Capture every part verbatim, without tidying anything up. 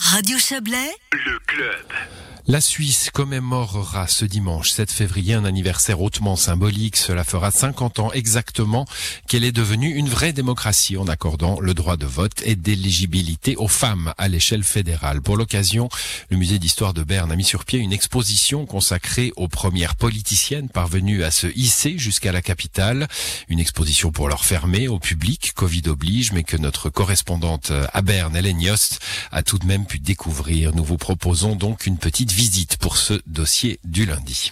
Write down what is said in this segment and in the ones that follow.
Radio Chablais, le club. La Suisse commémorera ce dimanche sept février un anniversaire hautement symbolique. Cela fera cinquante ans exactement qu'elle est devenue une vraie démocratie en accordant le droit de vote et d'éligibilité aux femmes à l'échelle fédérale. Pour l'occasion, le musée d'histoire de Berne a mis sur pied une exposition consacrée aux premières politiciennes parvenues à se hisser jusqu'à la capitale. Une exposition pour leur fermer au public, Covid oblige, mais que notre correspondante à Berne, Hélène Yost, a tout de même pu découvrir. Nous vous proposons donc une petite visite pour ce dossier du lundi.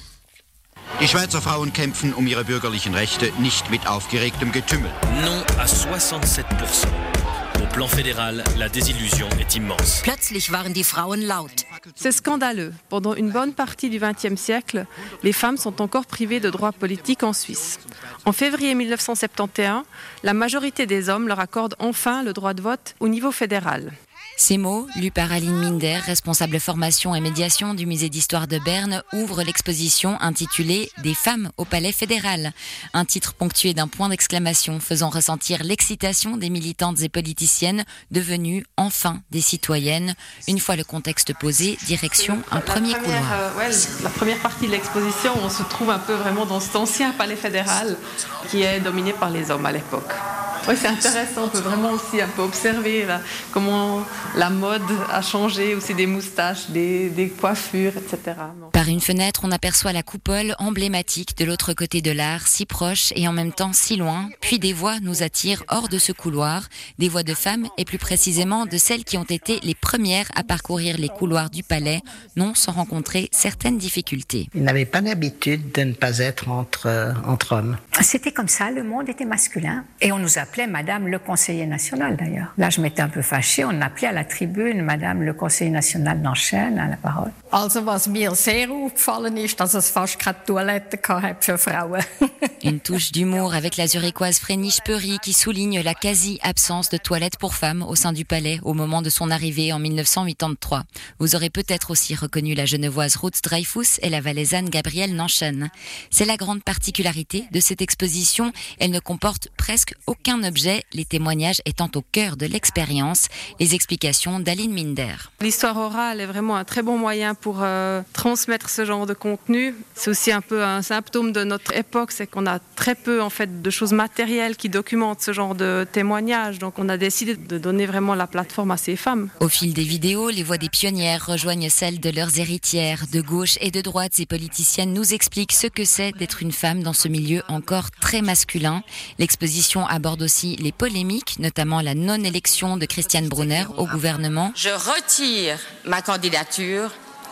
Die Schweizer Frauen kämpfen um ihre bürgerlichen Rechte nicht mit aufgeregtem Getümmel. Non à soixante-sept pour cent. Au plan fédéral, la désillusion est immense. Plötzlich waren die Frauen laut. C'est scandaleux. Pendant une bonne partie du vingtième siècle, les femmes sont encore privées de droits politiques en Suisse. En février mille neuf cent soixante et onze, la majorité des hommes leur accorde enfin le droit de vote au niveau fédéral. Ces mots, lus par Aline Minder, responsable formation et médiation du musée d'histoire de Berne, ouvrent l'exposition intitulée « Des femmes au palais fédéral ». Un titre ponctué d'un point d'exclamation faisant ressentir l'excitation des militantes et politiciennes devenues enfin des citoyennes. Une fois le contexte posé, direction un premier la première, couloir. Euh, ouais, la première partie de l'exposition, on se trouve un peu vraiment dans cet ancien palais fédéral qui est dominé par les hommes à l'époque. Oui, c'est intéressant, on peut vraiment aussi un peu observer là, comment la mode a changé, aussi des moustaches, des, des coiffures, et cetera. Par une fenêtre, on aperçoit la coupole emblématique de l'autre côté de l'art, si proche et en même temps si loin. Puis des voix nous attirent hors de ce couloir, des voix de femmes et plus précisément de celles qui ont été les premières à parcourir les couloirs du palais, non sans rencontrer certaines difficultés. Ils n'avaient pas l'habitude de ne pas être entre, euh, entre hommes. C'était comme ça, le monde était masculin. Et on nous appelait Madame le conseiller national d'ailleurs. Là, je m'étais un peu fâchée, on appelait à la tribune Madame le conseiller national d'Enchaîne à la parole. Also was mir sehr aufgefallen ist, dass es fast keine Toilette gab für Frauen. Une touche d'humour avec la zurichoise Fréniche Peury qui souligne la quasi-absence de toilettes pour femmes au sein du palais au moment de son arrivée en mille neuf cent quatre-vingt-treize. Vous aurez peut-être aussi reconnu la genevoise Ruth Dreyfus et la valaisanne Gabrielle Nanchen. C'est la grande particularité de cette exposition, elle ne comporte presque aucun objet, les témoignages étant au cœur de l'expérience. Les explications d'Aline Minder. L'histoire orale est vraiment un très bon moyen pour euh, transmettre ce genre de contenu. C'est aussi un peu un symptôme de notre époque, c'est qu'on a très peu en fait de choses matérielles qui documentent ce genre de témoignages. Donc on a décidé de donner vraiment la plateforme à ces femmes. Au fil des vidéos, les voix des pionnières rejoignent celles de leurs héritières. De gauche et de droite, ces politiciennes nous expliquent ce que c'est d'être une femme dans ce milieu encore très masculin. L'exposition aborde aussi les polémiques, notamment la non-élection de Christiane Brunner au gouvernement. Je retire ma candidature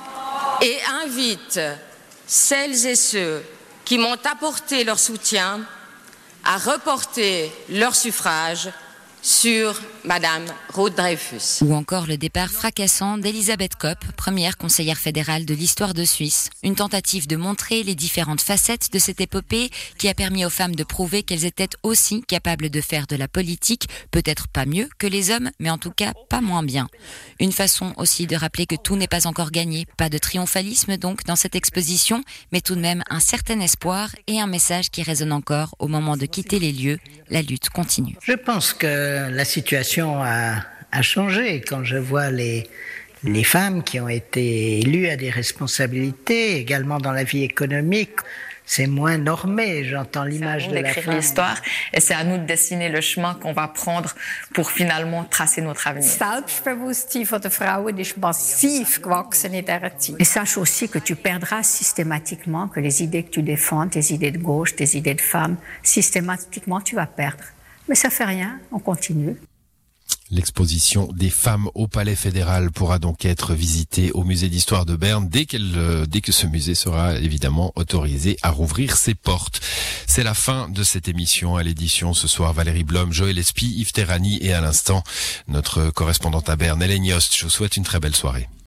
et invite celles et ceux qui m'ont apporté leur soutien à reporter leur suffrage sur Madame Ruth Dreyfus. Ou encore le départ fracassant d'Elisabeth Kopp, première conseillère fédérale de l'histoire de Suisse. Une tentative de montrer les différentes facettes de cette épopée qui a permis aux femmes de prouver qu'elles étaient aussi capables de faire de la politique, peut-être pas mieux que les hommes, mais en tout cas pas moins bien. Une façon aussi de rappeler que tout n'est pas encore gagné. Pas de triomphalisme donc dans cette exposition, mais tout de même un certain espoir et un message qui résonne encore au moment de quitter les lieux. La lutte continue. Je pense que la situation a, a changé quand je vois les, les femmes qui ont été élues à des responsabilités, également dans la vie économique. C'est moins normé, j'entends l'image de la femme. C'est à nous d'écrire l'histoire et c'est à nous de dessiner le chemin qu'on va prendre pour finalement tracer notre avenir. Selbstbewusstsein der Frauen ist massiv gewachsen in dieser Zeit. Et sache aussi que tu perdras systématiquement, que les idées que tu défends, tes idées de gauche, tes idées de femme, systématiquement tu vas perdre. Mais ça fait rien, on continue. L'exposition des femmes au Palais fédéral pourra donc être visitée au musée d'histoire de Berne dès qu'elle, dès que ce musée sera évidemment autorisé à rouvrir ses portes. C'est la fin de cette émission. À l'édition ce soir, Valérie Blom, Joël Espy, Yves Terrani et à l'instant, notre correspondante à Berne, Hélène Yost. Je vous souhaite une très belle soirée.